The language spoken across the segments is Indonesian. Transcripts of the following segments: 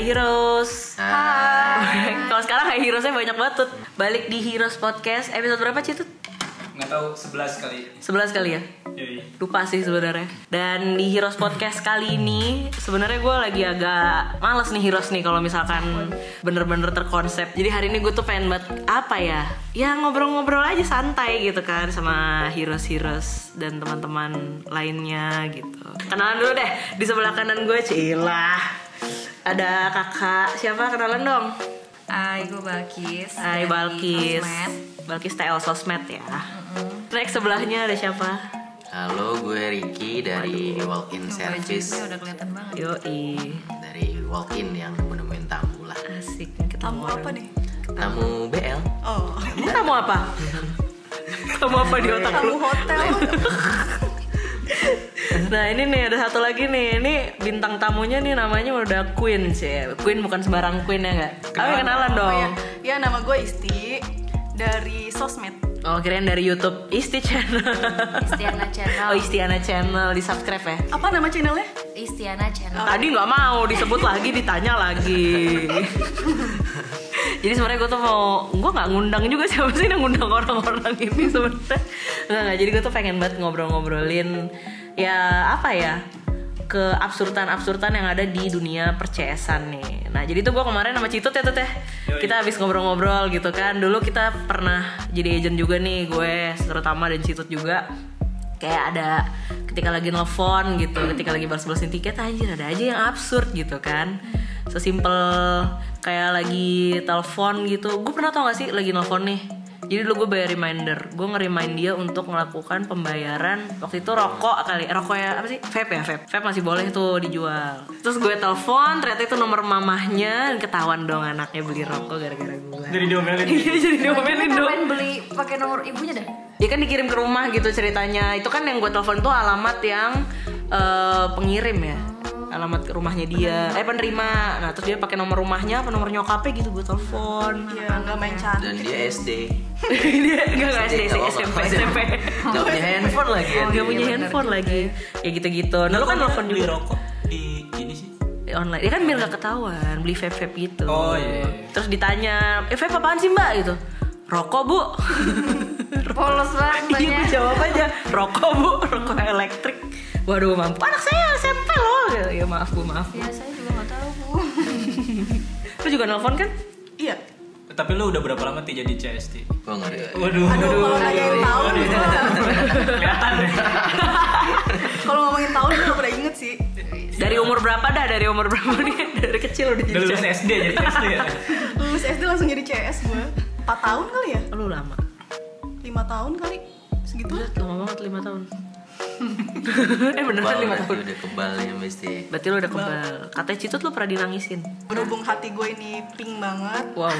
Heroes. Hai. Kalau sekarang Hai Heroesnya banyak banget tuh. Balik di Heroes Podcast. Episode berapa Citut? Nggak tahu, 11 kali. 11 kali ya? Yoi. Lupa sih sebenarnya. Dan di Heroes Podcast kali ini sebenarnya gue lagi agak males nih Heroes nih kalau misalkan bener-bener terkonsep. Jadi hari ini gue tuh pengen banget apa ya? Ya ngobrol-ngobrol aja santai gitu kan sama Heroes dan teman-teman lainnya gitu. Kenalan dulu deh. Di sebelah kanan gue Cilah. Ada kakak. Siapa? Kenalan dong. Hai, gue Balkis. Hai Balkis. Balkis TL Sosmed ya. Next sebelahnya ada siapa? Halo, gue Ricky dari Walk-in Service. Udah kelihatan banget. Yoi. Dari Walk-in yang menemuin tamu lah. Asik ketemu Tamu apa orang. nih? Tamu BL. Oh, Kamu apa? Kamu apa di otak tamu lu? hotel. Nah ini nih ada satu lagi nih. Ini bintang tamunya nih namanya udah Queen sih. Queen bukan sembarang Queen ya nggak? Kenalan dong. Oh, ya, nama gue Isti dari Sosmed. Oh kirain dari YouTube Isti Channel. Istiana Channel. Oh Istiana Channel di subscribe ya. Apa nama channelnya? Istiana Channel. Tadi nggak mau disebut lagi ditanya lagi. Jadi sebenarnya gue tuh gue nggak ngundang juga siapa sih yang ngundang orang-orang ini sebenarnya. Nggak. Jadi gue tuh pengen banget ngobrolin ya apa ya keabsurdan yang ada di dunia percesan nih. Nah jadi tuh gue kemarin sama Citut ya Tut ya. Kita habis ngobrol-ngobrol gitu kan. Dulu kita pernah jadi agent juga nih gue terutama dan Citut juga. Kayak ada ketika lagi nelfon gitu, ketika lagi balas-balasin tiket anjir ada aja yang absurd gitu kan. Sesimpel kayak lagi telepon gitu. Gue pernah tau gak sih lagi nelfon nih. Jadi dulu gue bayar reminder. Gue nge-remind dia untuk melakukan pembayaran. Waktu itu rokok ya apa sih? Vape ya vape. Vape masih boleh tuh dijual. Terus gue telepon, ternyata itu nomor mamahnya. Ketahuan dong anaknya beli rokok gara-gara gue. Jadi diomelin. Iya jadi diomelin dong. Ngapain beli pakai nomor ibunya dah? Dia kan dikirim ke rumah gitu ceritanya. Itu kan yang gue telepon tuh alamat yang pengirim ya. Alamat rumahnya dia, penerima. Nah terus dia pakai nomor rumahnya, apa nomor nyokapnya gitu gue telepon. Ya nggak main cantik. Dan dia SD. Dia nggak SD sih, nggak apa-apa. SMP. Gak punya handphone lagi ya. Nggak punya handphone lagi. Ya gitu-gitu. Nah lu kan telepon beli juga rokok di ini sih. online. Dia kan biar nggak ketahuan, beli vape gitu. Oh iya. Terus ditanya, vape apaan sih mbak gitu? Rokok bu. Polos banget Iya gue jawab aja, rokok bu, rokok elektrik. Waduh mampu, anak saya SMP loh. Ya maaf bu, maaf. Ya saya juga nggak tahu bu. Lu juga nelfon kan? Iya. Tapi lu udah berapa lama jadi CST? Gue ngeri. Waduh. Aduh, kalau nanya yang tahun gitu. Kelihatan deh. Kalau ngomongin tahun gue udah inget sih. Dari umur berapa dah? Dari umur berapa nih? Dari kecil udah Udah jadi lulus SD jadi SD ya. Lulus SD langsung jadi CS gue. 4 tahun kali ya? Lu lama. 5 tahun kali. Segitu. Lama banget 5 tahun. Beneran 5 tahun. Udah kebalnya mesti. Berarti lu udah kebal. Katanya Citut lu pernah dinangisin. Berhubung hati gue ini pink banget. Wow.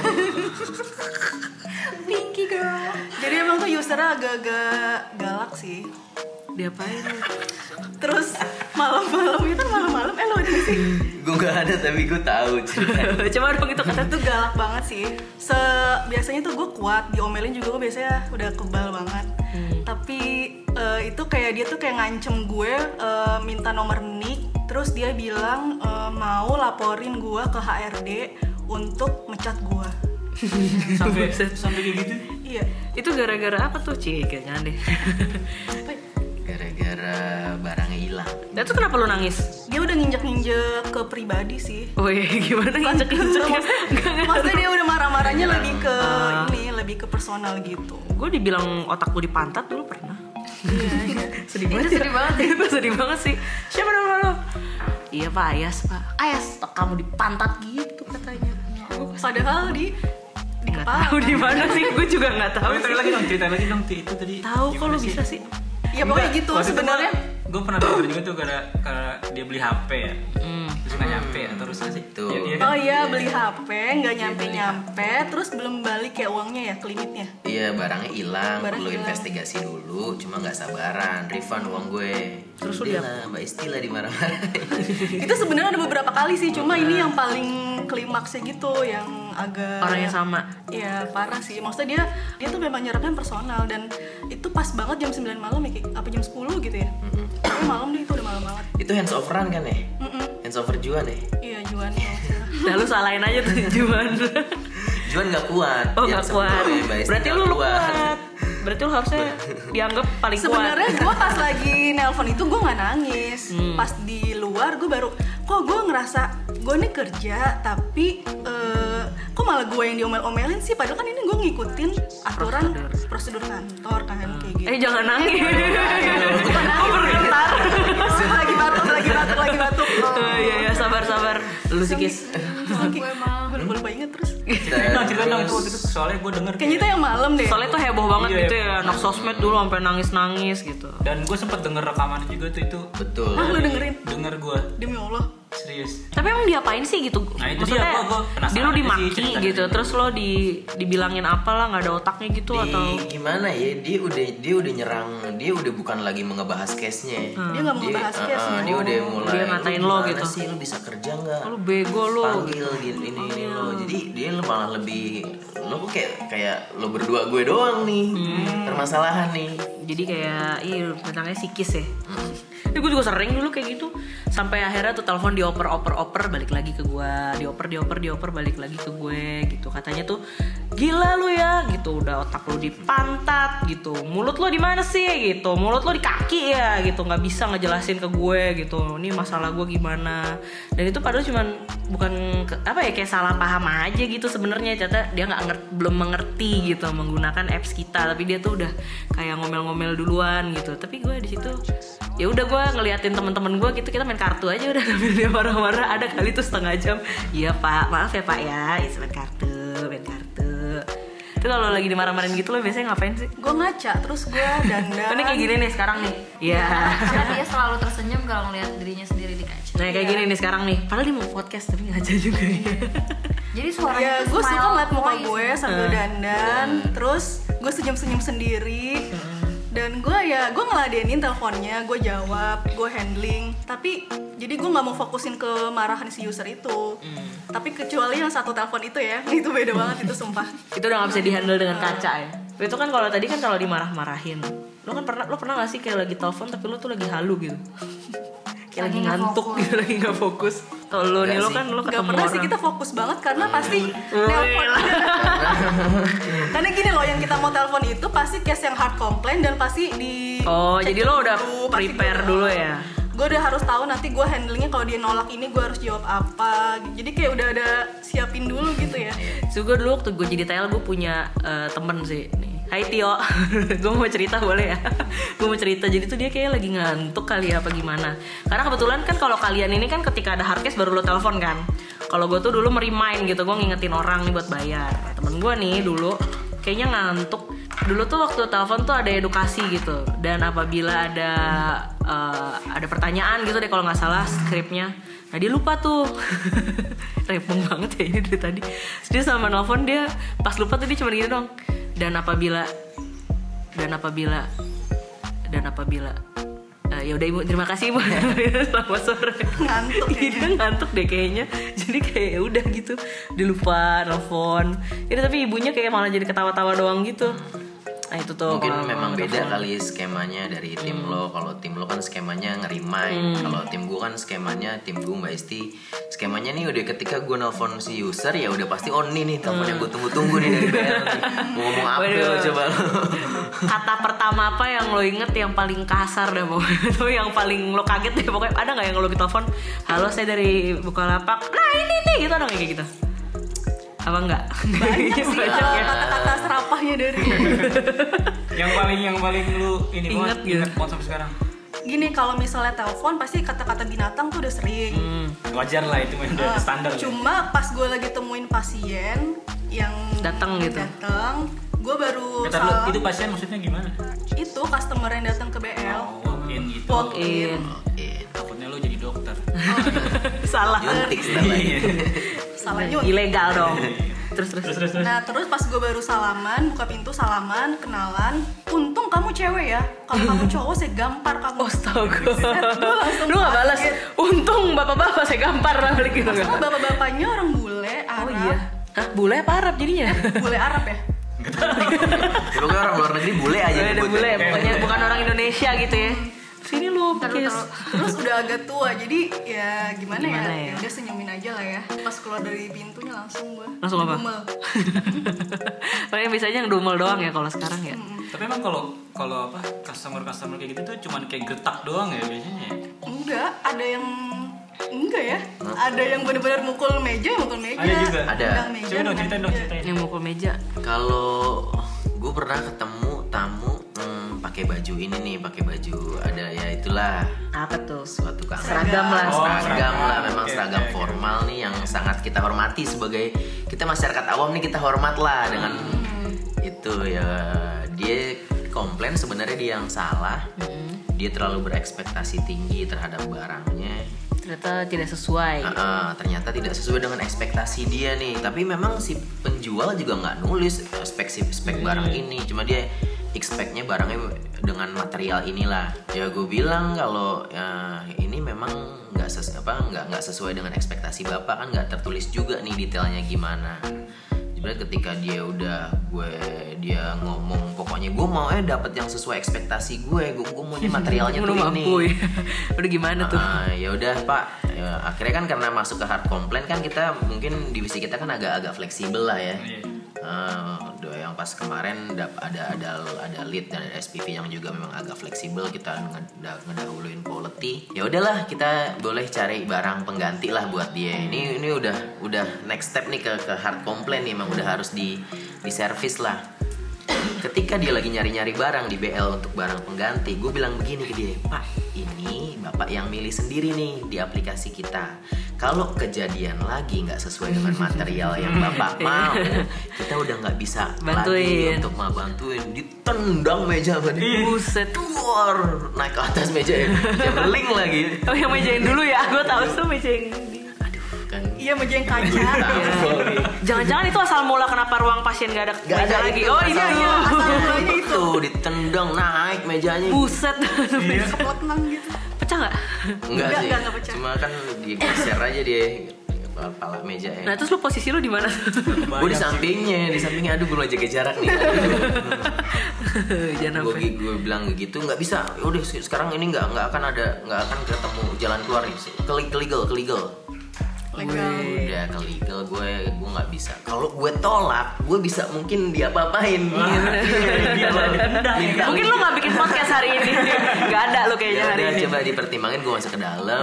Pinky girl. Jadi emang tuh usernya agak-agak galak sih. Diapain lu? Terus malam-malam itu malam-malam lo di sih. Gue gak ada tapi gue tahu ceritanya. Coba dong itu kata Itu galak banget sih. Biasanya tuh gue kuat, diomelin juga gue biasanya udah kebal banget. Tapi itu kayak dia tuh kayak ngancem gue minta nomor nick. Terus dia bilang mau laporin gue ke HRD untuk mecat gue. Sampai kayak gitu. Iya. Itu gara-gara apa tuh Cik? Jangan deh. Gara-gara barangnya hilang. Nah itu kenapa lu nangis? Dia udah nginjek-nginjek ke pribadi sih. Wih gimana nginjek-nginjeknya? Maksudnya dia udah marah-marahnya lebih ke lebih ke personal gitu. Gue dibilang otak gue di pantat dulu pernah. Sedih Itu banget. sedih banget. Itu sedih banget sih. Siapa nama lo? Iya Pak Ayas Pak. Ayas, kamu di pantat gitu katanya. Padahal di Nggak kepala. tahu di mana sih. Gue juga nggak tahu. Tapi ceritain lagi dong itu tadi. Tahu kok lu bisa sih. Ya pokoknya gitu sebenarnya. Gue pernah denger juga tuh karena dia beli HP ya. Terus nggak nyampe atau rusak sih. Tuh. Ya, dia kan? Oh iya beli HP nggak nyampe terus belum balik kayak uangnya ya ke limitnya. Iya barangnya hilang, Barang perlu hilang. investigasi dulu, cuma nggak sabaran, refund uang gue. Terus lu Udah lah, Mbak Isti lah dimarah-marahin. Itu sebenarnya ada beberapa kali sih, cuma ini yang paling klimaksnya gitu, yang agak Orangnya sama. Iya parah sih, maksudnya dia tuh memang nyerapnya personal dan itu pas banget jam 9 malam ya, apa jam 10 gitu ya. Tapi malam deh itu udah malam banget. Itu hands off run kan ya? Hands over Juan ya? Iya Juan. Nah lu salahin aja tuh Juan. Juan nggak kuat. Oh Yang nggak kuat. sebelumnya Mbak Esti Berarti nggak lu kuat. Berarti lu harusnya dianggap paling kuat. Sebenarnya gue pas lagi nelpon itu gue nggak nangis. Pas di luar gue baru, kok gue ngerasa gue nih kerja tapi kok malah gue yang diomel-omelin sih. Padahal kan ini gue ngikutin aturan prosedur kantor kan kayak gitu. Jangan nangis. Kok bergetar. lagi batuk. Iya sabar. Lu sikis. Gue emang gue lupa inget terus. Ceritain dong itu waktu itu soalnya gue denger Kayaknya itu yang malam deh. Soalnya tuh heboh banget Iya, gitu ya, anak sosmed dulu sampai nangis gitu. dan gue sempet denger rekaman juga tuh itu. Betul. Ah, lu dengerin? Denger gue Demi Allah. serius. Tapi emang diapain sih gitu? Nah, itu Maksudnya dia, gua penasaran dia lu aja sih dimaki ceritanya. gitu, terus lo dibilangin apalah nggak ada otaknya gitu atau? Gimana ya, dia udah nyerang, dia udah bukan lagi ngebahas case-nya. Dia nggak mau ngebahas case-nya. Dia udah mulai, Dia ngatain "Lu lo gimana gitu." sih, lu bisa kerja nggak? Lu bego lu. Panggil gini ini lo. Jadi dia malah lebih, lo kok kayak lo berdua gue doang nih permasalahan nih. Jadi kayak tentangnya psikis ya. Ini gue juga sering dulu kayak gitu. Sampai akhirnya tuh telepon dioper balik lagi ke gue, dioper balik lagi ke gue gitu. Katanya tuh gila lu ya gitu, udah otak lu di pantat gitu. Mulut lu di mana sih gitu? Mulut lu di kaki ya gitu. Nggak bisa ngejelasin ke gue gitu. Ini masalah gue gimana? Dan itu padahal cuman bukan kayak salah paham aja gitu sebenarnya. Ternyata dia belum mengerti gitu menggunakan apps kita, tapi dia tuh udah kayak ngomel-ngomel duluan gitu. Tapi gue di situ ya udah gue ngeliatin teman-teman gue gitu, kita main kartu aja udah, sambil dia marah-marah. Ada kali tuh setengah jam, iya pak, maaf ya pak ya, main kartu. Itu kalau lagi dimarah-marahin gitu lo biasanya ngapain sih? Gue ngaca, terus gue dandan. Ini kayak gini nih sekarang nih. Iya. Karena dia selalu tersenyum kalau ngeliat dirinya sendiri di kaca. Nah kayak gini nih sekarang nih. Padahal dia mau podcast tapi ngaca juga ya. Jadi suaranya Ya tuh gue suka smile ngeliat muka voice. gue sambil dandan. Terus gue senyum-senyum sendiri. Dan gue ngeladenin teleponnya, gue jawab, gue handling. Tapi jadi gue nggak mau fokusin ke marahan si user itu. Tapi kecuali yang satu telepon itu ya, itu beda banget itu sumpah. Itu udah nggak bisa dihandle dengan kaca ya. Itu kan kalau tadi kan kalau dimarah-marahin. Lo pernah nggak sih kayak lagi telepon tapi lo tuh lagi halu gitu. Kayak lagi nggak ngantuk fokus. gitu, lagi nggak fokus. Kalau lo nih lo kan lo Gak ketemu pernah orang. sih kita fokus banget karena pasti nelpon. Karena gini loh, yang kita mau telepon itu pasti case yang hard complaint dan pasti di. Oh, jadi lo udah dulu, pasti prepare dulu ya. Gue udah harus tahu nanti gue handlingnya kalau dia nolak ini gue harus jawab apa. Jadi kayak udah ada siapin dulu gitu ya. So gue dulu waktu gue jadi TL gue punya temen sih nih. Hai Tio, gue mau cerita boleh ya? Gue mau cerita, jadi tuh dia kayak lagi ngantuk kali ya apa gimana. Karena kebetulan kan kalau kalian ini kan ketika ada hardcase baru lo telepon kan. Kalau gue tuh dulu merimain gitu, gue ngingetin orang nih buat bayar. Temen gue nih dulu kayaknya ngantuk. Dulu tuh waktu telepon tuh ada edukasi gitu. Dan apabila ada pertanyaan gitu deh kalau nggak salah skripnya. Nah dia lupa tuh. Repong banget ya ini dari tadi. Terus dia sama nelfon dia pas lupa tuh dia cuma gini dong. Dan apabila ya udah ibu, terima kasih ibu. Selamat sore. Ngantuk Dia ngantuk deh kayaknya. Jadi kayak ya udah gitu, dia lupa nelfon. Ya tapi ibunya kayak malah jadi ketawa-tawa doang gitu. Nah itu tuh Mungkin kalau memang beda nelfon. kali skemanya dari tim lo. Kalau tim lo kan skemanya ngerimain. Kalau tim gue kan skemanya, tim gue Mbak Esti, skemanya nih udah ketika gue nelfon si user ya udah pasti on nih telepon yang gue tunggu-tunggu nih dari BL nih. Mau ngomong apa lo coba lo? Kata pertama apa yang lo inget yang paling kasar deh pokoknya. Atau yang paling lo kaget deh pokoknya. Ada gak yang lo ditelepon, halo saya dari Bukalapak, nah ini nih gitu, ada gak kayak gitu? Apa enggak? Banyak sih Banyak ya? kata-kata serapahnya dari. yang paling lu ini Ingat gitu. ingat banget sampai sekarang. Gini, kalau misalnya telepon pasti kata-kata binatang tuh udah sering. Wajar lah itu udah standar. Cuma pas gue lagi temuin pasien yang Datang gitu. gue baru Bentar, salah. itu pasien maksudnya gimana? Itu customer yang datang ke BL. Walk-in gitu. Walk-in. Takutnya lo jadi dokter. Salah. Nyuntik setelahnya. Salah nyun. Ilegal dong. Terus. Nah terus pas gue baru salaman, buka pintu salaman, kenalan. Untung kamu cewek ya. Kalau kamu cowok saya gampar kamu. Astaga. Gue langsung Lu gak balas. kaget. Untung bapak-bapak saya gampar lah balik gitu. Soalnya bapak-bapaknya orang bule, Arab. Oh iya. Hah, bule apa Arab jadinya? Bule Arab ya. Ya, pokoknya orang luar negeri bule aja Ada nyebutnya. bule, pokoknya bukan orang Indonesia gitu ya. Sini lu Kis. Terus udah agak tua, jadi ya gimana Gimana ya? ya? Ya udah senyumin aja lah ya. Pas keluar dari pintunya langsung gue. Langsung apa? Ngedumel. Paling biasanya ngedumel doang ya kalau sekarang ya. Tapi emang kalau apa customer kayak gitu tuh cuman kayak gertak doang ya biasanya ya? Enggak, ada yang enggak ya. Ada yang benar-benar mukul meja. Ada juga? Ada. Tendang meja, Coba dong tendang ceritain. Yang mukul meja. Kalau gue pernah ketemu tamu pakai baju ini nih, pakai baju ada ya itulah Apa tuh? suatu Seragam lah. seragam lah, memang Oke, seragam oke. formal nih yang sangat kita hormati sebagai kita masyarakat awam nih, kita hormat lah dengan itu ya. Dia komplain sebenarnya dia yang salah, dia terlalu berekspektasi tinggi terhadap barangnya. Ternyata tidak sesuai. Ternyata tidak sesuai dengan ekspektasi dia nih. Tapi memang si penjual juga nggak nulis spek barang ini, cuma dia expectnya barangnya dengan material inilah. Ya gue bilang kalau ini memang nggak sesuai dengan ekspektasi bapak, kan nggak tertulis juga nih detailnya gimana. Sebenarnya ketika dia ngomong pokoknya gue mau dapat yang sesuai ekspektasi gue maunya materialnya tuh Lu ini. mampu ya. Udah gimana tuh? Ya udah Pak, ya, akhirnya kan karena masuk ke hard complaint kan kita mungkin divisi kita kan agak fleksibel lah ya. Iya. Yang pas kemarin ada lead dan ada SPV yang juga memang agak fleksibel, kita ngedahuluin quality. Ya udahlah, kita boleh cari barang pengganti lah buat dia. Ini udah next step nih ke hard complaint nih, emang udah harus di servis lah. Ketika dia lagi nyari-nyari barang di BL untuk barang pengganti, gue bilang begini ke dia, Pak, ini Bapak yang milih sendiri nih di aplikasi kita. Kalau kejadian lagi nggak sesuai dengan material yang Bapak mau, kita udah nggak bisa lagi Bantuin. untuk mau bantuin. Ditendang meja sama dia. Buset. Keluar, naik ke atas meja ya. Dia beling lagi. Oh yang meja yang dulu ya, gue tahu tuh meja yang di. Aduh, kan. Iya, meja yang kaca. Sorry. Jangan-jangan itu asal mula kenapa ruang pasien gak ada Gak meja ada lagi. itu, Oh iya iya. Asal mulanya itu. Tuh ditendang naik mejanya. Buset. Keplotnang gitu. Pecah nggak? Enggak sih. Enggak pecah. Cuma kan digeser aja dia kepala meja ya. Nah terus lu posisi lu di mana? Gue di sampingnya, aduh gue lagi jaga jarak nih. Jangan sampai. Gue bilang gitu nggak bisa. Udah sekarang ini nggak akan ketemu jalan keluar nih. Ke legal. Legal. Udah ke legal gue nggak bisa. Kalau gue tolak, gue bisa mungkin diapa-apain. Mungkin lu nggak bikin podcast hari ini. Nggak ada lu kayaknya hari Udah ini. coba dipertimbangin, gue masuk ke dalam.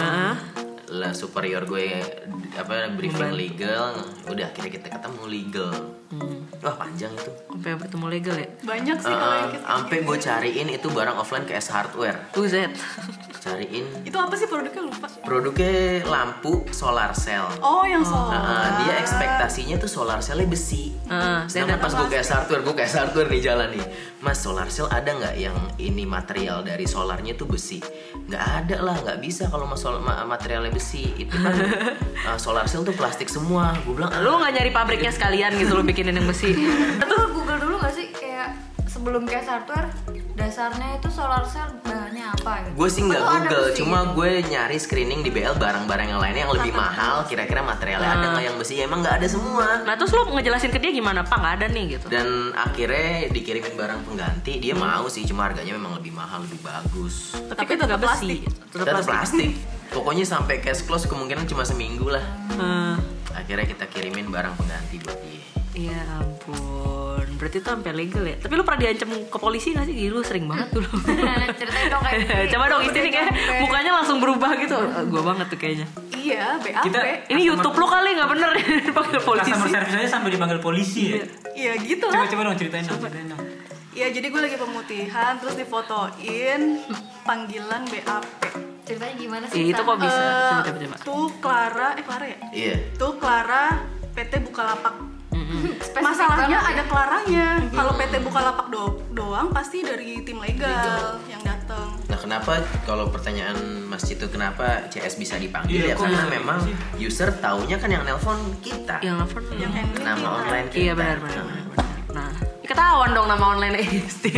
Lah superior gue briefing legal, udah akhirnya kita ketemu legal. Wah panjang itu. Sampai ketemu legal ya. Banyak sih kalau yang kita. Sampai gue cariin itu barang offline ke S Hardware. Buset. Cariin Itu apa sih produknya, lupa. produknya lampu solar cell. Oh, yang solar. Dia ekspektasinya tuh solar cellnya besi. Sedangkan dan pas gue ke S Hardware nih jalan nih, Mas solar cell ada nggak yang ini material dari solarnya tuh besi? Nggak ada lah, nggak bisa kalau materialnya besi. Itu kan solar cell tuh plastik semua. Gue bilang Lu nggak nyari pabriknya sekalian gitu lu bikinin yang besi. Itu Google dulu gak sih kayak sebelum case hardware dasarnya itu solar cell bahannya apa gitu? Gue sih nggak Atau ada Google, besi cuma gitu? gue nyari screening di BL barang-barang yang lainnya yang lebih mahal. Kira-kira materialnya ada nggak yang besi? Ya, emang nggak ada semua. Nah terus lu ngejelasin ke dia gimana? Pak nggak ada nih gitu. Dan akhirnya dikirimin barang pengganti, dia mau sih, cuma harganya memang lebih mahal, lebih bagus. Tapi Tapi tetap tetap besi. Tetap plastik. Pokoknya sampai cash close kemungkinan cuma seminggu lah. Eh, Akhirnya kita kirimin barang pengganti buat dia. Ya ampun. Berarti itu sampai legal ya. Tapi lu pernah diancam ke polisi nggak sih? Lu sering banget dulu. Ceritain dong kayak Coba dong istri nih kayak Sampai- mukanya langsung berubah gitu. Gua banget tuh kayaknya. Iya, BAP. Ini YouTube lu kali nggak bener dipanggil polisi. Customer service aja sampai dipanggil polisi ya. Iya gitu lah. Coba dong ceritain dong. Iya, jadi gue lagi pemutihan, terus difotoin panggilan BAP. ceritanya gimana sih? Itu kok bisa? Eh, Coba. Tuh Clara ya? Iya. Tuh Clara PT Bukalapak. Spesifik Masalahnya banget ada Claranya. Kalau PT Bukalapak doang pasti dari tim legal yang datang. Nah kenapa kalau pertanyaan Mas Cito kenapa CS bisa dipanggil Iya, ya kok karena bisa memang user taunya kan yang nelpon kita. Yang nelfon Yang handling Nama kita. online kita. Iya benar. Nah, ketahuan dong nama online Isti.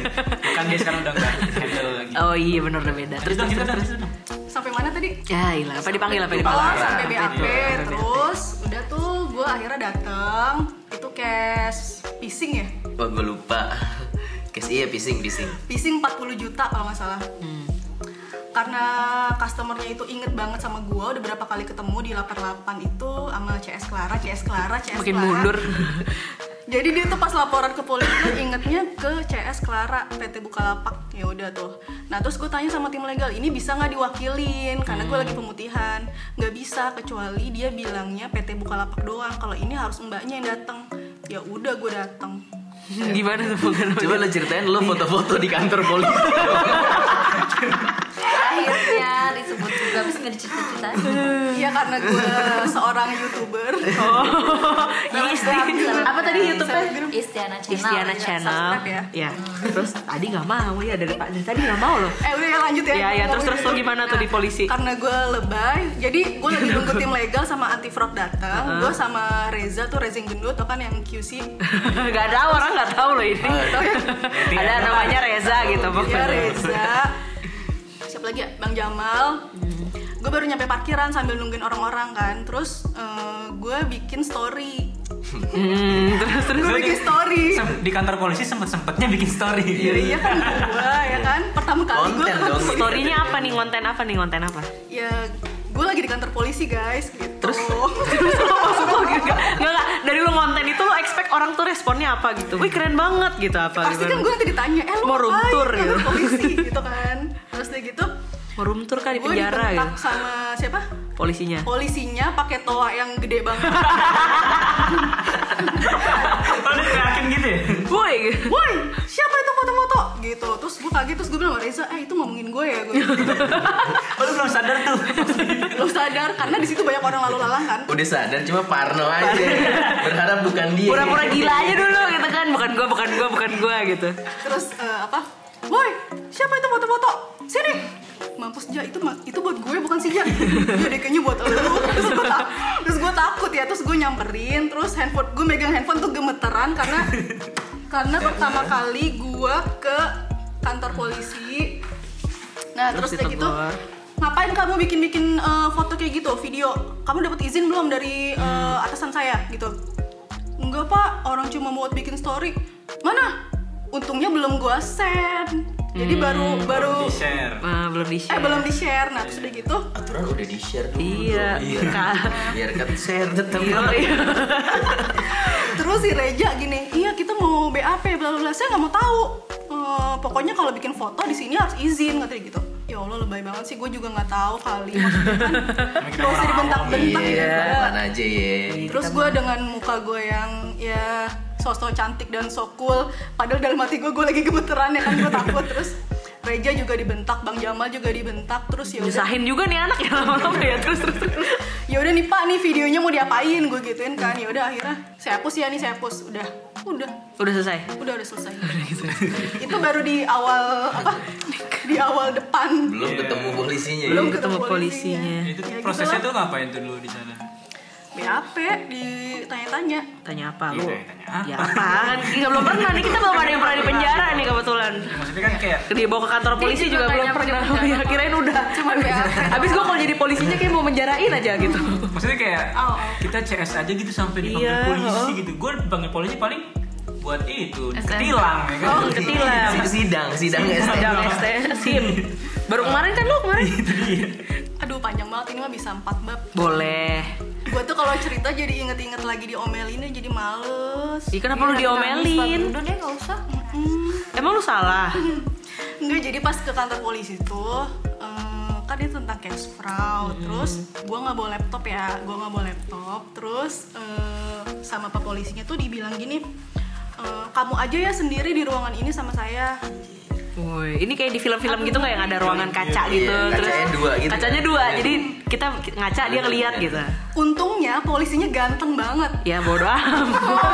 Kan dia sekarang udah nggak handle lagi. Oh iya benar udah beda. Terus terus. Sampai mana tadi? Ya ilah, apa dipanggil Oh, dipanggil. sampai BAP. Terus udah tuh gue akhirnya datang. Itu cash phishing ya? Wah gue lupa. Kes iya phishing. Phishing 40 juta kalau nggak salah. karena customernya itu inget banget sama gue, udah berapa kali ketemu di 88 itu sama CS Clara. Makin mundur. Jadi dia tuh pas laporan ke polisi tuh ingetnya ke CS Clara PT Bukalapak. Ya udah tuh. Nah terus gue tanya sama tim legal, ini bisa nggak diwakilin? Karena gue lagi pemutihan. Nggak bisa, kecuali dia bilangnya PT Bukalapak doang. Kalau ini harus mbaknya yang datang. Ya udah gue datang. Gimana tuh pengalaman? Coba lo ceritain lo foto-foto di kantor polisi. Akhirnya disebut juga, bisa nggak diceritain? Iya karena gue seorang YouTuber. Apa tadi YouTube-nya? Istiana Channel. Istiana Channel. Subscribe ya. Ya. Terus Adi nggak mau ya dari tadi nggak mau loh. Udah ya lanjut ya. Ya terus lo gimana tuh di polisi? Karena gue lebay, jadi gue lagi nunggu tim legal sama anti fraud datang. Gue sama Reza tuh, Reza yang gendut tuh kan yang QC. Gak ada orang nggak tahu loh ini. Ada namanya Reza gitu Ya pokoknya. Reza. Siapa lagi ya? Bang Jamal. Gue baru nyampe parkiran sambil nungguin orang-orang kan. Terus gue bikin story. Terus Gue bikin story. Di kantor polisi sempet-sempetnya bikin story. Iya kan gue ya kan. Pertama kali gue Konten dong. story-nya apa nih? Konten apa? Ya gue lagi di kantor polisi guys gitu. Terus lo masuk lo gitu nggak dari lo konten itu lo expect orang tuh responnya apa gitu? Wih keren banget gitu apa? Pasti gimana? kan gue nanti ditanya, lo Mau room ngapain tour di gitu. kantor polisi gitu kan. Terus dia gitu, Mau room tour kan di gue penjara dibentak gitu? sama siapa? Polisinya. Polisinya pakai toa yang gede banget. Oh, lu teriakin gitu ya? Woi. Woi, siapa itu foto-foto? Gitu. Terus gue kaget, terus gue bilang sama Reza, itu ngomongin gue ya. Gue gitu. Oh, lu belum sadar tuh. Belum sadar karena di situ banyak orang lalu lalang kan. Udah sadar cuma parno aja. Berharap bukan dia. Pura-pura gila aja dulu gitu kan. Bukan gua gitu. Terus apa? Woi, siapa itu foto-foto? Sini. Mampus Ja, itu buat gue bukan si Ja. Iya deh kayaknya buat elu. Terus gue takut ya, terus gue nyamperin, terus gue megang handphone tuh gemeteran karena pertama kali gue ke kantor polisi. Nah, terus kayak gitu, ditegur. ngapain kamu bikin foto kayak gitu, video? Kamu dapat izin belum dari atasan saya gitu? Enggak Pak, orang cuma mau bikin story. Mana? Untungnya belum gue send. Jadi baru Di share. Belum di-share. belum di-share. Nah, terus udah gitu Aturan udah di-share dulu. Iya. Biar kan share tetap. Iya. terus si Reja gini, iya kita mau BAP bla bla, saya nggak mau tahu. Pokoknya kalau bikin foto di sini harus izin katanya gitu. Ya Allah lebay banget sih, gue juga nggak tahu kali maksudnya kan gak usah dibentak-bentak Iya, gitu. pelan aja ya. Terus gue dengan muka gue yang ya sosok cantik dan so cool, padahal dalam hati gue lagi gemeteran ya kan, gue takut. Terus Reja juga dibentak, Bang Jamal juga dibentak, terus ya udah. Nyusahin juga nih anak ya lama-lama ya terus. Ya udah nih Pak, nih videonya mau diapain, gue gituin kan. Ya udah akhirnya saya hapus ya nih, saya hapus. Udah selesai. Udah selesai. Itu baru di awal di awal depan. Belum ketemu polisinya. Belum ya? Ketemu polisinya. Itu Ya, prosesnya gitulah. tuh ngapain tuh dulu di sana? BAP ditanya-tanya. Tanya apa lu? Iya, tanya apa? Ya apaan? Kita belum pernah nih, kita belum ada yang pernah di penjara nih kebetulan. Ya, maksudnya kan kayak Dia bawa ke kantor polisi juga belum pernah. Ya kirain udah. Cuma BAP. Habis gue kalau jadi polisinya kayak mau menjarain aja gitu. maksudnya kayak Oh. kita CS aja gitu sampai dipanggil Iya, polisi oh. gitu. Gue dipanggil polisi paling buat itu STM. ketilang ya kan. Oh, ketilang. Sidang Sidang ST SIM. Baru kemarin kan lu kemarin? Aduh panjang banget, ini mah bisa 4 bab. Boleh. Gue tuh kalau cerita jadi inget-inget lagi diomelinnya jadi males. Ih, kenapa lu diomelin? Udah deh, nggak usah. Emang lu salah? Enggak, jadi pas ke kantor polisi tuh kan itu tentang cash fraud. Terus gue nggak bawa laptop ya, terus sama pak polisinya tuh dibilang gini, kamu aja ya sendiri di ruangan ini sama saya. Woi, ini kayak di film-film gitu nggak yang ada ruangan kaca gitu, Iya, terus kacanya dua gitu. kacanya dua, jadi kita ngaca dia ngeliat gitu. Untungnya polisinya ganteng banget. Ya bodo amat.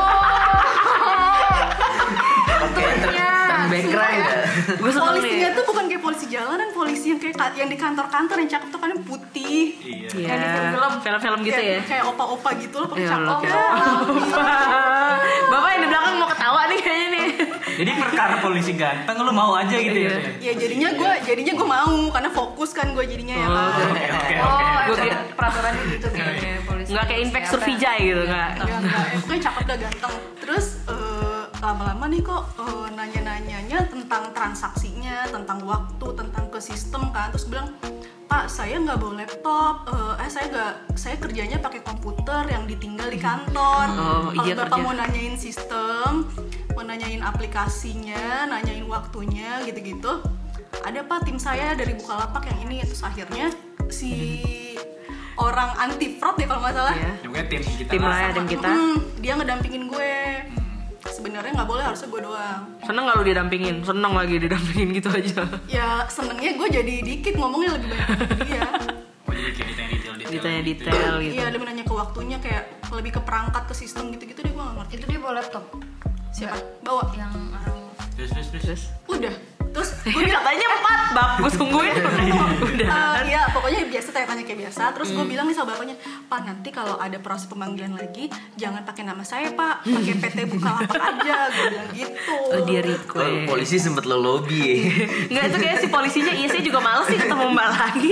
Oke, turn back right ya. Gue seneng Polisinya nih. tuh bukan kayak polisi jalanan, polisi yang kayak yang di kantor-kantor yang cakep tuh kan putih. Iya. Iya. Yang di Film-film gitu ya. Kayak opa-opa gitu loh, pakai Ya cakep. Allah, kayak Bapak yang di belakang mau ketawa nih kayaknya nih. Jadi perkara polisi ganteng lu mau aja gitu ya. Ya jadinya gue mau karena fokus kan gue jadinya ya kan. Oke. Gua Emang kira- peraturannya gitu kayaknya polisi. Nggak kayak inspektur Vijay gitu nggak. Enggak, pokoknya cakep dah ganteng. Terus lama-lama nih kok nanya-nanyanya tentang transaksinya, tentang waktu, tentang ke sistem kan. Terus bilang, Pak, saya nggak bawa laptop, saya kerjanya pakai komputer yang ditinggal di kantor. Kalau Bapak mau nanyain sistem, mau nanyain aplikasinya, nanyain waktunya gitu-gitu, ada Pak tim saya dari Bukalapak yang ini. Terus akhirnya si orang anti fraud ya kalau nggak salah, tim lah tim kita, dia ngedampingin gue. Sebenarnya nggak boleh, harusnya gue doang. Seneng nggak lu didampingin? Seneng lagi didampingin gitu aja. Ya senengnya gue jadi dikit ngomongnya lebih banyak dari dia. Oh jadi kayak ditanya detail gitu. Iya, dia menanya ke waktunya, kayak lebih ke perangkat, ke sistem gitu-gitu deh, gue nggak ngerti. Itu dia bawa laptop. Siapa? Bawa? Yang orang Terus. Udah. Terus Gue katanya 4 bab, gue tungguin. Udah. iya, pokoknya biasa tanya kayak biasa. Terus gue bilang nih sama bapaknya, Pak, nanti kalau ada proses pemanggilan lagi, jangan pakai nama saya Pak, pakai PT Bukalapak aja. Gue bilang gitu. Oh, dia request. Polisi sempet lo lobby. Nggak, itu kayak si polisinya, iya saya juga males sih ketemu mbak lagi.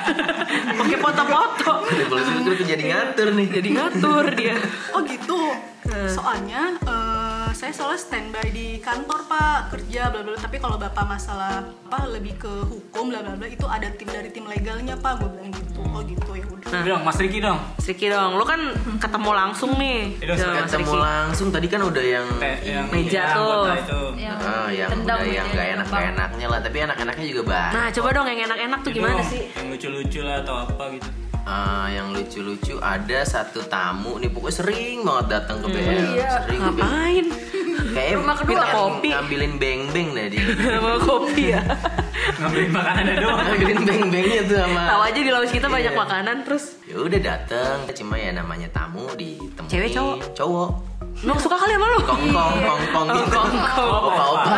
Pakai foto-foto. Polisi itu jadi ngatur nih. Jadi ngatur dia. Oh gitu. Soalnya saya soalnya standby di kantor Pak, kerja bla bla. Tapi kalau Bapak masalah apa lebih ke hukum bla bla bla, itu ada tim dari tim legalnya Pak. Gue bilang gitu. Oh gitu, ya udah. Bilang Mas Riki dong. Lu kan ketemu langsung nih. Ketemu langsung tadi kan udah yang meja tuh. yang yang tendang udah yang mejanya gak Bang. enaknya lah, tapi enak-enaknya juga banyak. Nah coba dong yang enak-enak tuh gimana sih? Yang lucu-lucu lah atau apa gitu. Yang lucu-lucu ada satu tamu nih, pokoknya sering banget datang ke BL. Iya. Sering ke BL. Ngapain? Kayak Rumah kedua. Minta kopi. Ngambilin beng-beng dah dia. Mau kopi ya? Ngambilin makanan doang. Ngambilin beng-bengnya tuh sama. Tahu aja di lounge kita Iya. banyak makanan terus. Ya udah dateng, cuma ya namanya tamu ditemuin. Cewek, cowok? Cowok. Lu suka kali sama lu? Kongkong gitu. Kongkong. Opa-opa.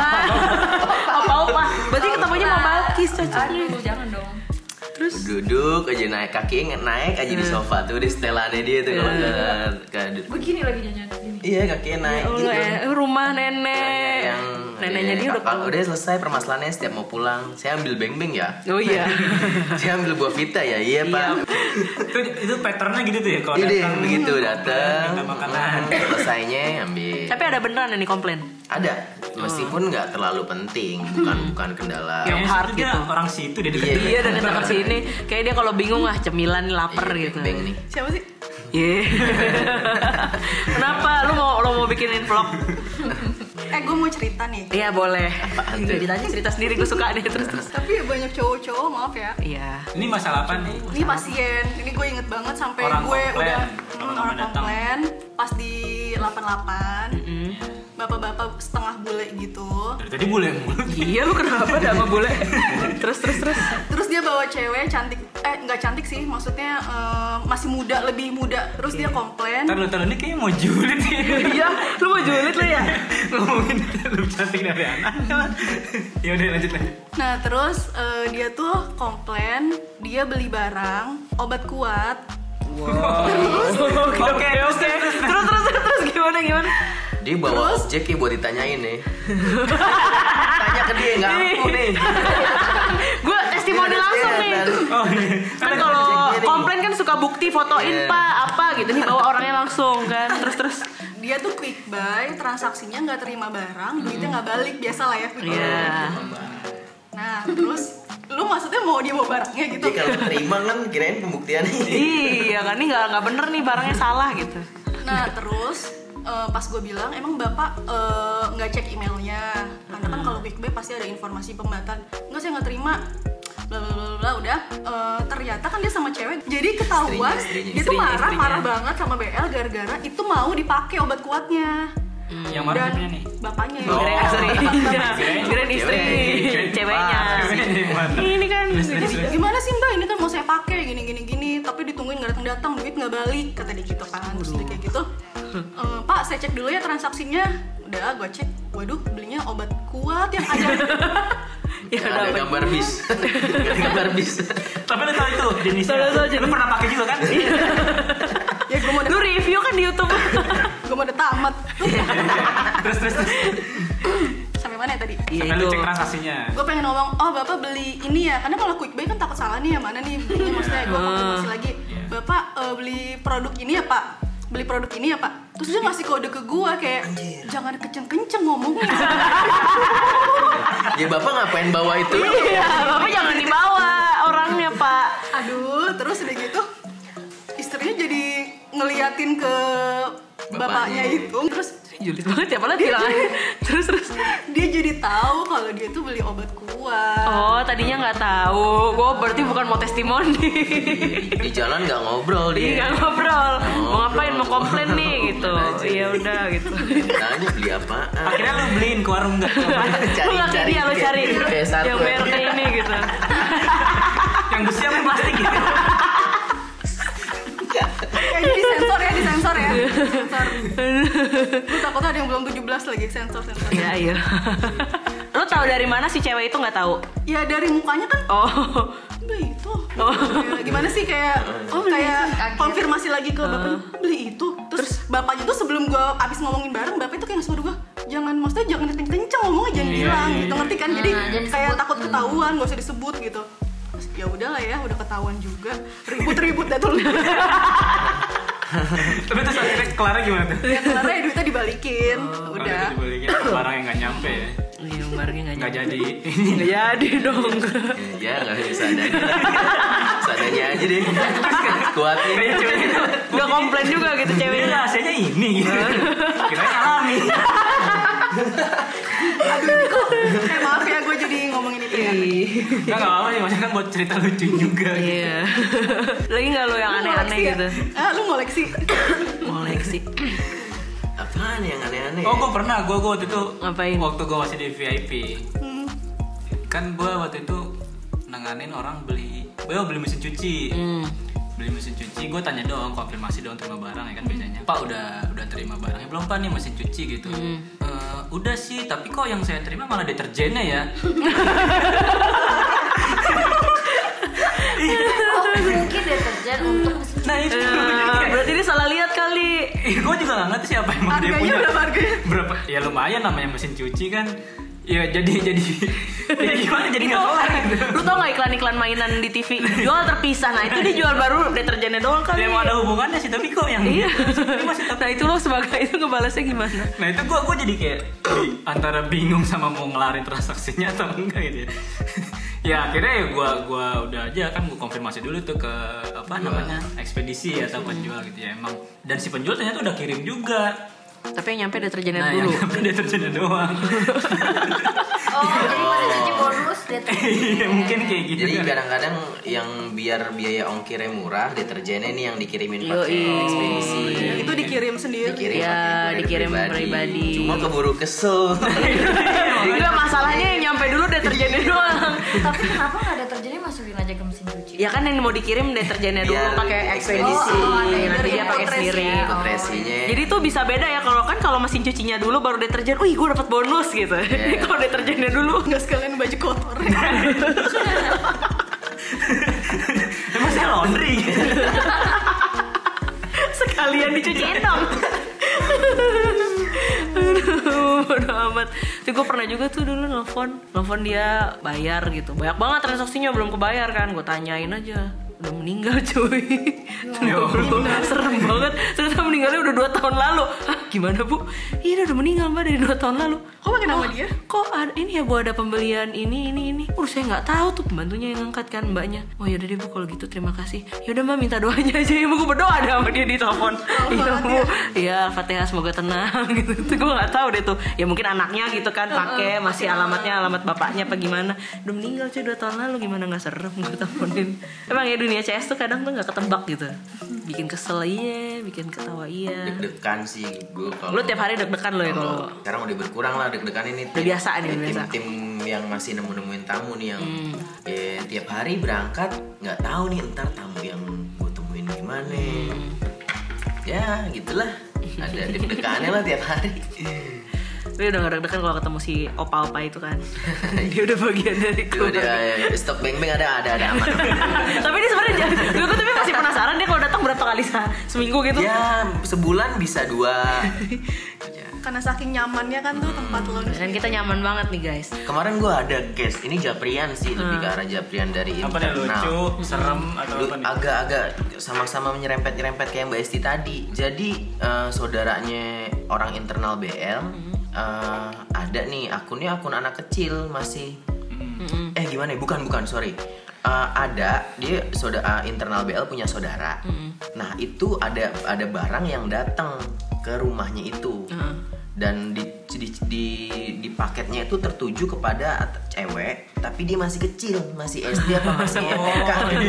Apa-apa. Berarti ketemunya mau Balkis cocoknya. Aduh, jangan dong. Terus Duduk aja naik aja di sofa tuh di setelannya dia tuh kalau ke Begini lagi nyanyi gini. iya kakinya naik oh, gitu. rumah nenek. Yang Neneknya dia udah kalau udah selesai permasalahannya, setiap mau pulang saya ambil beng-beng ya. Oh iya. Saya ambil buah vita ya. Iya Pak. Itu patternnya gitu tuh ya kalau Jadi datang begitu datang minta makanan. selesainya ambil. Tapi ada beneran yang dikomplain. Ada, meskipun nggak terlalu penting, bukan kendala. Yang hard Dia gitu. orang situ dia Iya, Iya dan dekat sini. Kayak dia kalau bingung lah cemilan lapar Iya, gitu. beng nih. Siapa sih? Iya. Kenapa? Lu mau bikinin vlog? Gue mau cerita nih. Iya boleh. Apaan tuh? Ceritanya cerita sendiri, gue suka deh terus. Tapi banyak cowok-cowok, maaf ya. Iya. Ini masalah apa nih? Ini pasien, ini gue inget banget sampai Orang gue komplain. udah Teman-teman orang datang. komplain pas di 88. Bapak-bapak setengah bule gitu. Dari tadi bule mulu. Iya lu kenapa dah sama bule? Terus. Terus dia bawa cewek cantik, nggak cantik sih, maksudnya masih muda, lebih muda. Terus dia komplain. Ntar ini kayaknya mau julid nih. Iya, lu mau julid lu ya? Ngomongin lebih cantik dari anak. Ya udah lanjut. Nah terus dia tuh komplain, dia beli barang obat kuat. Oke. Terus gimana? Dia bawa objek ya buat ditanyain nih. Tanya ke dia nggak ampuh nih. Gue testimoni langsung nih. Oh iya. Kan kalau komplain kan suka bukti fotoin pak apa gitu nih, bawa orangnya langsung kan. Terus. Dia tuh quick buy, transaksinya nggak terima barang, duitnya nggak balik, biasa lah ya quick buy. Iya. Nah terus lu maksudnya mau dia bawa barangnya gitu? Dia kalau terima kan kirain pembuktiannya. Iya kan, ini nggak bener nih, barangnya salah gitu. Nah terus pas gue bilang emang bapak nggak cek emailnya, karena kan kalau quick buy pasti ada informasi pembatan. Nggak, saya nggak terima. Bla bla bla bla. Udah ternyata kan dia sama cewek, jadi ketahuan dia tuh marah banget sama BL gara-gara itu mau dipakai obat kuatnya. Yang mana Dan nih? bapaknya. Kirain istri, ceweknya. Ini kan. Gimana sih mbak, ini kan mau saya pakai gini tapi ditungguin nggak datang, duit nggak balik, kata dia gitu kan. Terus dia kayak gitu, Pak saya cek dulu ya transaksinya. Udah gue cek, waduh belinya obat kuat yang ada. Ya Ada gambar bis. Ada gambar bis. Tapi lu tahu itu jenisnya. Lu pernah pakai juga kan? Ya gue mau Lu review kan di YouTube. gue mau udah tamat. Terus. Sampai mana ya tadi? Sampai lu cek transaksinya. Gue pengen ngomong, oh bapak beli ini ya, karena kalau quick buy kan takut salah nih, yang mana nih belinya, maksudnya gue konfirmasi lagi, bapak beli produk ini ya pak. beli produk ini ya Pak. Terus dia ngasih kode ke gua kayak jangan kenceng-kenceng ngomongnya. Ya Bapak ngapain bawa itu? Iya, Bapak jangan dibawa orangnya, Pak. Aduh, terus udah gitu istrinya jadi ngeliatin ke bapaknya itu. Terus Julid banget ya, padahal bilang aja. Terus dia jadi tahu kalau dia tuh beli obat kuat. oh, tadinya nggak tahu. Gua berarti bukan mau testimoni. Di jalan nggak ngobrol Iya, dia. nggak ngobrol. Mau ngapain? Mau komplain nih gitu. Iya udah gitu. Tanya beli apaan? Akhirnya lu beliin ke warung enggak? Lu nggak kayak dia, lu cari Kayak satu. yang mereknya ini gitu. Yang besi apa plastik gitu. Kayaknya disensor ya. Sensor. Lu takutnya ada yang belum 17 lagi sensor. Iya, iya. Lu tahu dari mana si cewek itu nggak tahu? Ya dari mukanya kan Oh. beli itu. Oh. Ya, gimana sih kayak kayak konfirmasi lagi ke bapaknya beli itu. Terus bapaknya tuh sebelum gua abis ngomongin bareng, bapak itu kayak suruh gua jangan kenceng ngomongnya, jangan bilang gitu, ngerti kan? Jadi jangan kayak disebut. takut ketahuan, gak usah disebut gitu. Terus, ya udahlah ya, udah ketahuan juga. Ribut dah tuh. Tapi terus akhirnya kelarnya gimana tuh? Ya kelarnya duitnya dibalikin. Udah. Dibalikin barang yang nggak nyampe ya. Iya, barangnya nggak Nggak nyampe. jadi. Nggak jadi dong. Ya nggak bisa adanya. Seadanya aja deh. Kuatin. Kayak cewek itu. Nggak komplain juga gitu Ini ceweknya. rahasianya ini gitu. Kirain alami. Kayak maaf ya, gue jadi ngomongin itu ya. Nggak apa-apa sih, maksudnya kan buat cerita lucu juga. Iya. Lagi nggak lo yang Lu aneh-aneh ngoleksi ya? gitu? Lu ngoleksi. Koleksi. Apaan yang aneh-aneh? Oh, gue pernah. Gue waktu itu Ngapain? waktu gue masih di VIP. Kan gue waktu itu nanganin orang beli mesin cuci. Beli mesin cuci, gue tanya doang, konfirmasi doang terima barang ya kan biasanya. Pak udah terima barangnya belum Pak nih mesin cuci gitu. Udah sih, tapi kok yang saya terima malah deterjennya ya. Oh, mungkin deterjen untuk mesin Nah itu. Berarti dia salah lihat kali. Gue juga gak ngerti siapa emang dia Harganya punya. berapa harganya? Berapa? Ya lumayan namanya mesin cuci kan. Ya jadi gimana jadi nggak kelar gitu. Lu tau gak iklan-iklan mainan di TV jual terpisah? Nah itu dijual baru deterjennya doang kali. Ya mau ada hubungannya sih, tapi kok yang Iya. ini masih tetap. Nah itu lo sebagai itu ngebalasnya gimana? Nah itu gue jadi kayak antara bingung sama mau ngelarin transaksinya atau enggak gitu ya. Ya akhirnya ya gue udah aja kan gue konfirmasi dulu tuh ke apa namanya ekspedisi atau penjual gitu ya emang. Dan si penjual ternyata udah kirim juga. Tapi yang nyampe deterjennya Nah dulu. yang deterjennya doang. Oh, jadi mesin cuci bonus deterjen. Iya mungkin kayak gitu. Jadi kan. kadang-kadang yang biar biaya ongkirnya murah, deterjennya ini yang dikirimin pakai Yoi. ekspedisi. Itu dikirim sendiri. Dikirim Iya, pakai dikirim pribadi. Cuma keburu kesel. Enggak, masalahnya yang nyampe dulu deterjennya doang. Tapi kenapa nggak deterjennya masukin aja ke mesin cuci? Ya kan yang mau dikirim deterjennya dulu Iya, pakai ekspedisi. Oh, ada yang Nanti dari dia pakai Kotresi sendiri. ya. Kompresinya. Jadi tuh bisa beda ya kalau mesin cucinya dulu baru deterjen. Wih, gue dapat bonus gitu. Kalau deterjennya dulu Nggak sekalian baju kotor. Emang saya laundry gitu. sekalian dicuciin dong. Aduh, bodo amat. Tapi gue pernah juga tuh dulu nelfon dia bayar gitu. Banyak banget transaksinya belum kebayar kan. Gue tanyain aja. Udah meninggal cuy. Serem banget. Ternyata meninggalnya udah 2 tahun lalu. Hah, gimana bu? Iya udah meninggal mbak dari 2 tahun lalu. Kok pakai nama dia? Kok ada ini ya bu, ada pembelian ini. Saya nggak tahu tuh, pembantunya yang ngangkat kan mbaknya. Oh yaudah deh bu kalau gitu terima kasih. Yaudah mbak minta doanya aja ya bu. Gue berdoa deh sama dia di telepon. Iya bu. Iya Fatihah semoga tenang gitu. Tuh gue nggak tahu deh tuh. Ya mungkin anaknya gitu kan pakai masih alamat bapaknya apa gimana. Udah meninggal cuy 2 tahun lalu, gimana nggak serem gue teleponin. Emang ya dunia CS tuh kadang tuh nggak ketebak gitu. Bikin kesel iya, bikin ketawa iya. Deg-degan sih gue kalau. Lu tiap hari deg-degan lo ya kalau. Sekarang udah berkurang lah deg-degan ini. Udah biasa nih, udah biasa. Tim yang masih nemuin tamu nih yang ya, tiap hari berangkat nggak tahu nih ntar tamu yang gue temuin gimana. Ya gitulah. Ada deg-degannya lah tiap hari. Tapi udah gak deg-degan kalau ketemu si opa-opa itu kan. Dia udah bagian dari Itu keluarga. udah stok beng-beng ada aman. Tapi ini sebenarnya gue tapi masih penasaran dia kalau datang berapa kali seminggu gitu. Ya sebulan bisa 2. Ya. karena saking nyamannya kan tuh tempat launch. Dan kita nyaman banget nih guys. Kemarin gue ada case, ini Japrian sih, lebih ke arah Japrian dari Apa nih, internal. lucu, serem atau apa nih? Agak-agak sama-sama menyerempet-nyerempet kayak Mbak Esti tadi. Jadi saudaranya orang internal BL ada nih akunnya akun anak kecil masih. Gimana ya? Bukan, sorry. Ada dia internal BL punya saudara. Nah itu ada barang yang datang ke rumahnya itu. Dan di paketnya itu tertuju kepada cewek, tapi dia masih kecil, masih SD apa masih TK.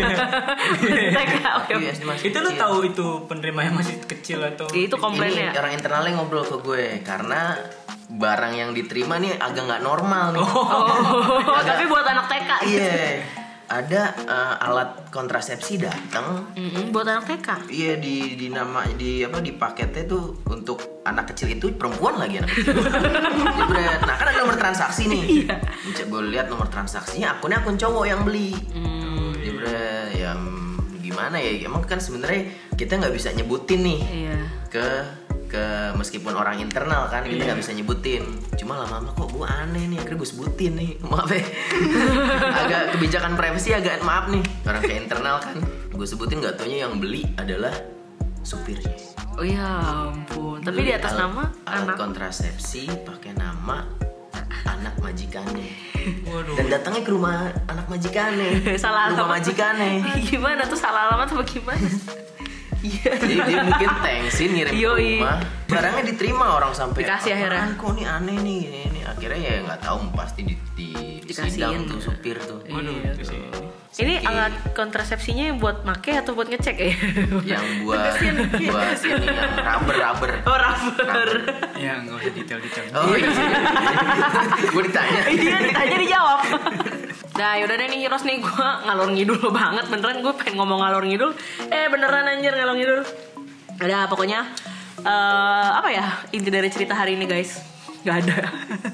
Iya, SD masih Itu lu kecil. tahu itu penerima yang masih kecil atau? Itu komplainnya. Ini orang internalnya ngobrol ke gue karena barang yang diterima nih agak nggak normal nih. Tapi buat anak TK. Iya. Ada alat kontrasepsi datang. Buat anak TK. Iya di paketnya tuh untuk anak kecil itu perempuan lagi anak kecil. Jebret. Nah kan ada nomor transaksi nih. Gue lihat nomor transaksinya akunnya akun cowok yang beli. Jebret. Ya gimana ya? Emang kan sebenarnya kita nggak bisa nyebutin nih ke meskipun orang internal kan kita nggak bisa nyebutin. Cuma lama-lama kok gue aneh nih, akhirnya gue sebutin nih. Maaf ya. Agak kebijakan privasi agak maaf nih. Orang kayak internal kan gue sebutin, nggak taunya yang beli adalah supirnya. Oh ya ampun. Tapi di atas nama alat anak. kontrasepsi pakai nama anak majikannya. Waduh. Dan datangnya ke rumah anak majikannya. Salah rumah alamat. majikannya. Gimana tuh, salah alamat apa gimana? Jadi dia mungkin thanksin ngirim ke Yoi. rumah, barangnya diterima orang sampai Dikasih akhirnya. "Apaan, kok nih aneh nih ini." Akhirnya ya nggak tahu pasti Dikasihin. sidang tuh supir tuh. Waduh, Iya itu sih. Ini alat kontrasepsinya buat make atau buat ngecek ya? Yang buat ini yang rubber. Oh, rubber. Ya nggak usah detail-detail. Oh iya. Gue ditanya. Iya, ditanya dijawab. Nah yaudah deh nih Heroes nih, gue ngalor ngidul banget. Beneran gue pengen ngomong ngalor ngidul. Beneran anjir ngalor ngidul. Ada pokoknya apa ya inti dari cerita hari ini guys? Gak ada.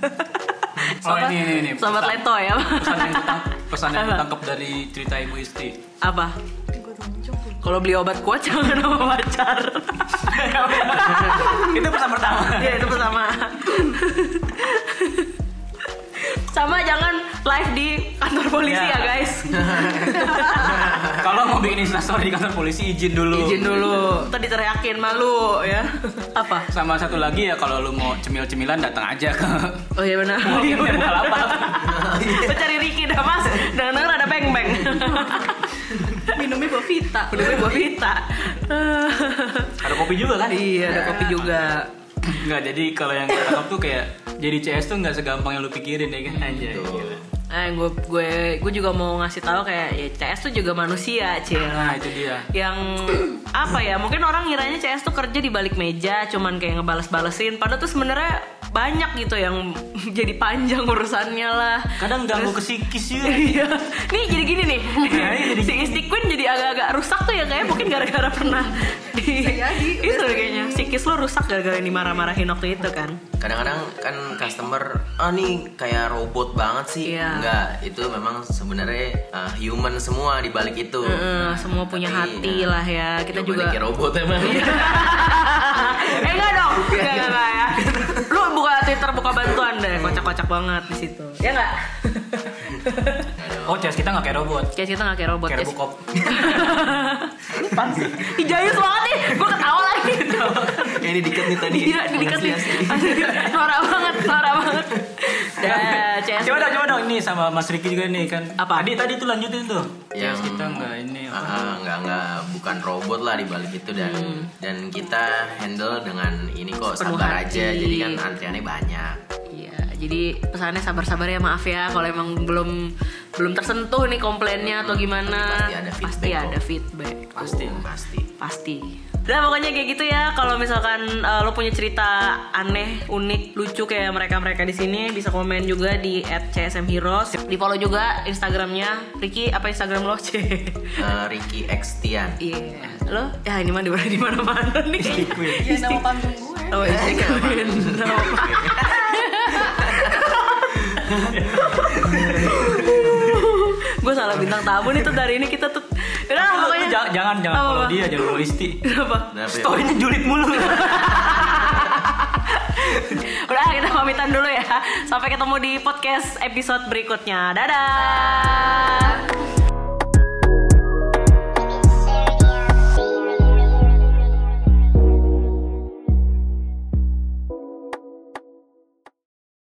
Ini. Sobat Leto ya. Pesan yang ditangkap dari cerita Ibu Isti. Apa? Kalau beli obat kuat jangan sama pacar. Itu pesan pertama. Iya itu pertama. Sama jangan live di kantor polisi ya guys. Kalau mau bikin instastory di kantor polisi izin dulu. Izin dulu. Tadi teriakin malu ya. Apa? Sama satu lagi ya, kalau lu mau cemil-cemilan datang aja ke Oh iya benar. Bukalapak. Lo cari Ricky dah mas. Denger ada beng-beng. Minumnya buah Vita. Minumnya buah Vita. Ada kopi juga kan? Iya ada kopi juga. Enggak, jadi kalau yang ketangkap tuh kayak jadi CS tuh nggak segampang yang lu pikirin ya kan aja. Gila. Gue juga mau ngasih tahu kayak ya CS tuh juga manusia, Cil. Nah itu dia. Yang apa ya? Mungkin orang ngiranya CS tuh kerja di balik meja, cuman kayak ngebales-balesin. Padahal tuh sebenarnya banyak gitu yang jadi panjang urusannya lah. Kadang ganggu ke psikis juga. Iya. Nih jadi gini nih. Si Isti Queen jadi agak-agak rusak tuh ya kayak mungkin gara-gara pernah di itu kayaknya. Psikis lu rusak gara-gara dimarah-marahin waktu itu kan. Kadang-kadang kan customer nih kayak robot banget sih. Iya. Enggak, itu memang sebenarnya human semua di balik itu. Semua punya Tapi, hati lah ya. Kita juga kayak robot emang. enggak dong. Enggak ya. Lu buka Twitter, buka bantuan deh. Kocak-kocak banget di situ. Ya enggak? Oh, CS kita nggak kayak robot. Kayak kita nggak kayak robot. Kayak Yes. Robocop. Ih, jayus banget nih. Gue ketawa lagi. Kayak ini dikit nih tadi. Iya, didikat nih. Norak banget. Dah, CS. Coba dong ini sama Mas Riki juga nih kan. Apa? Tadi tuh lanjutin tuh. CS Yang- kita nggak ini apa? Enggak bukan robot lah di balik itu dan kita handle dengan ini kok Sepenuh sabar hati. aja. Jadi kan antriannya banyak. Iya, jadi pesannya sabar-sabar ya, maaf ya kalau emang belum tersentuh nih komplainnya atau gimana. Pasti ada feedback. Pasti. Nah pokoknya kayak gitu ya. Kalau misalkan lo punya cerita aneh, unik, lucu kayak mereka di sini, bisa komen juga di @csmheroes. Di follow juga Instagramnya Ricky. Apa Instagram lo? Ricky X Tian. Iya. Lo? Ya ini mah di mana-mana nih kayaknya. Ya nama panggung gue. Oh iya. Gue salah bintang tamu nih tuh dari ini kita tuh. Udah pokoknya. Jangan Apa-apa? follow dia, jangan follow Isti. Kenapa? Kenapa ya? Story-nya julid mulu. Udah kita pamitan dulu ya. Sampai ketemu di podcast episode berikutnya. Dadah.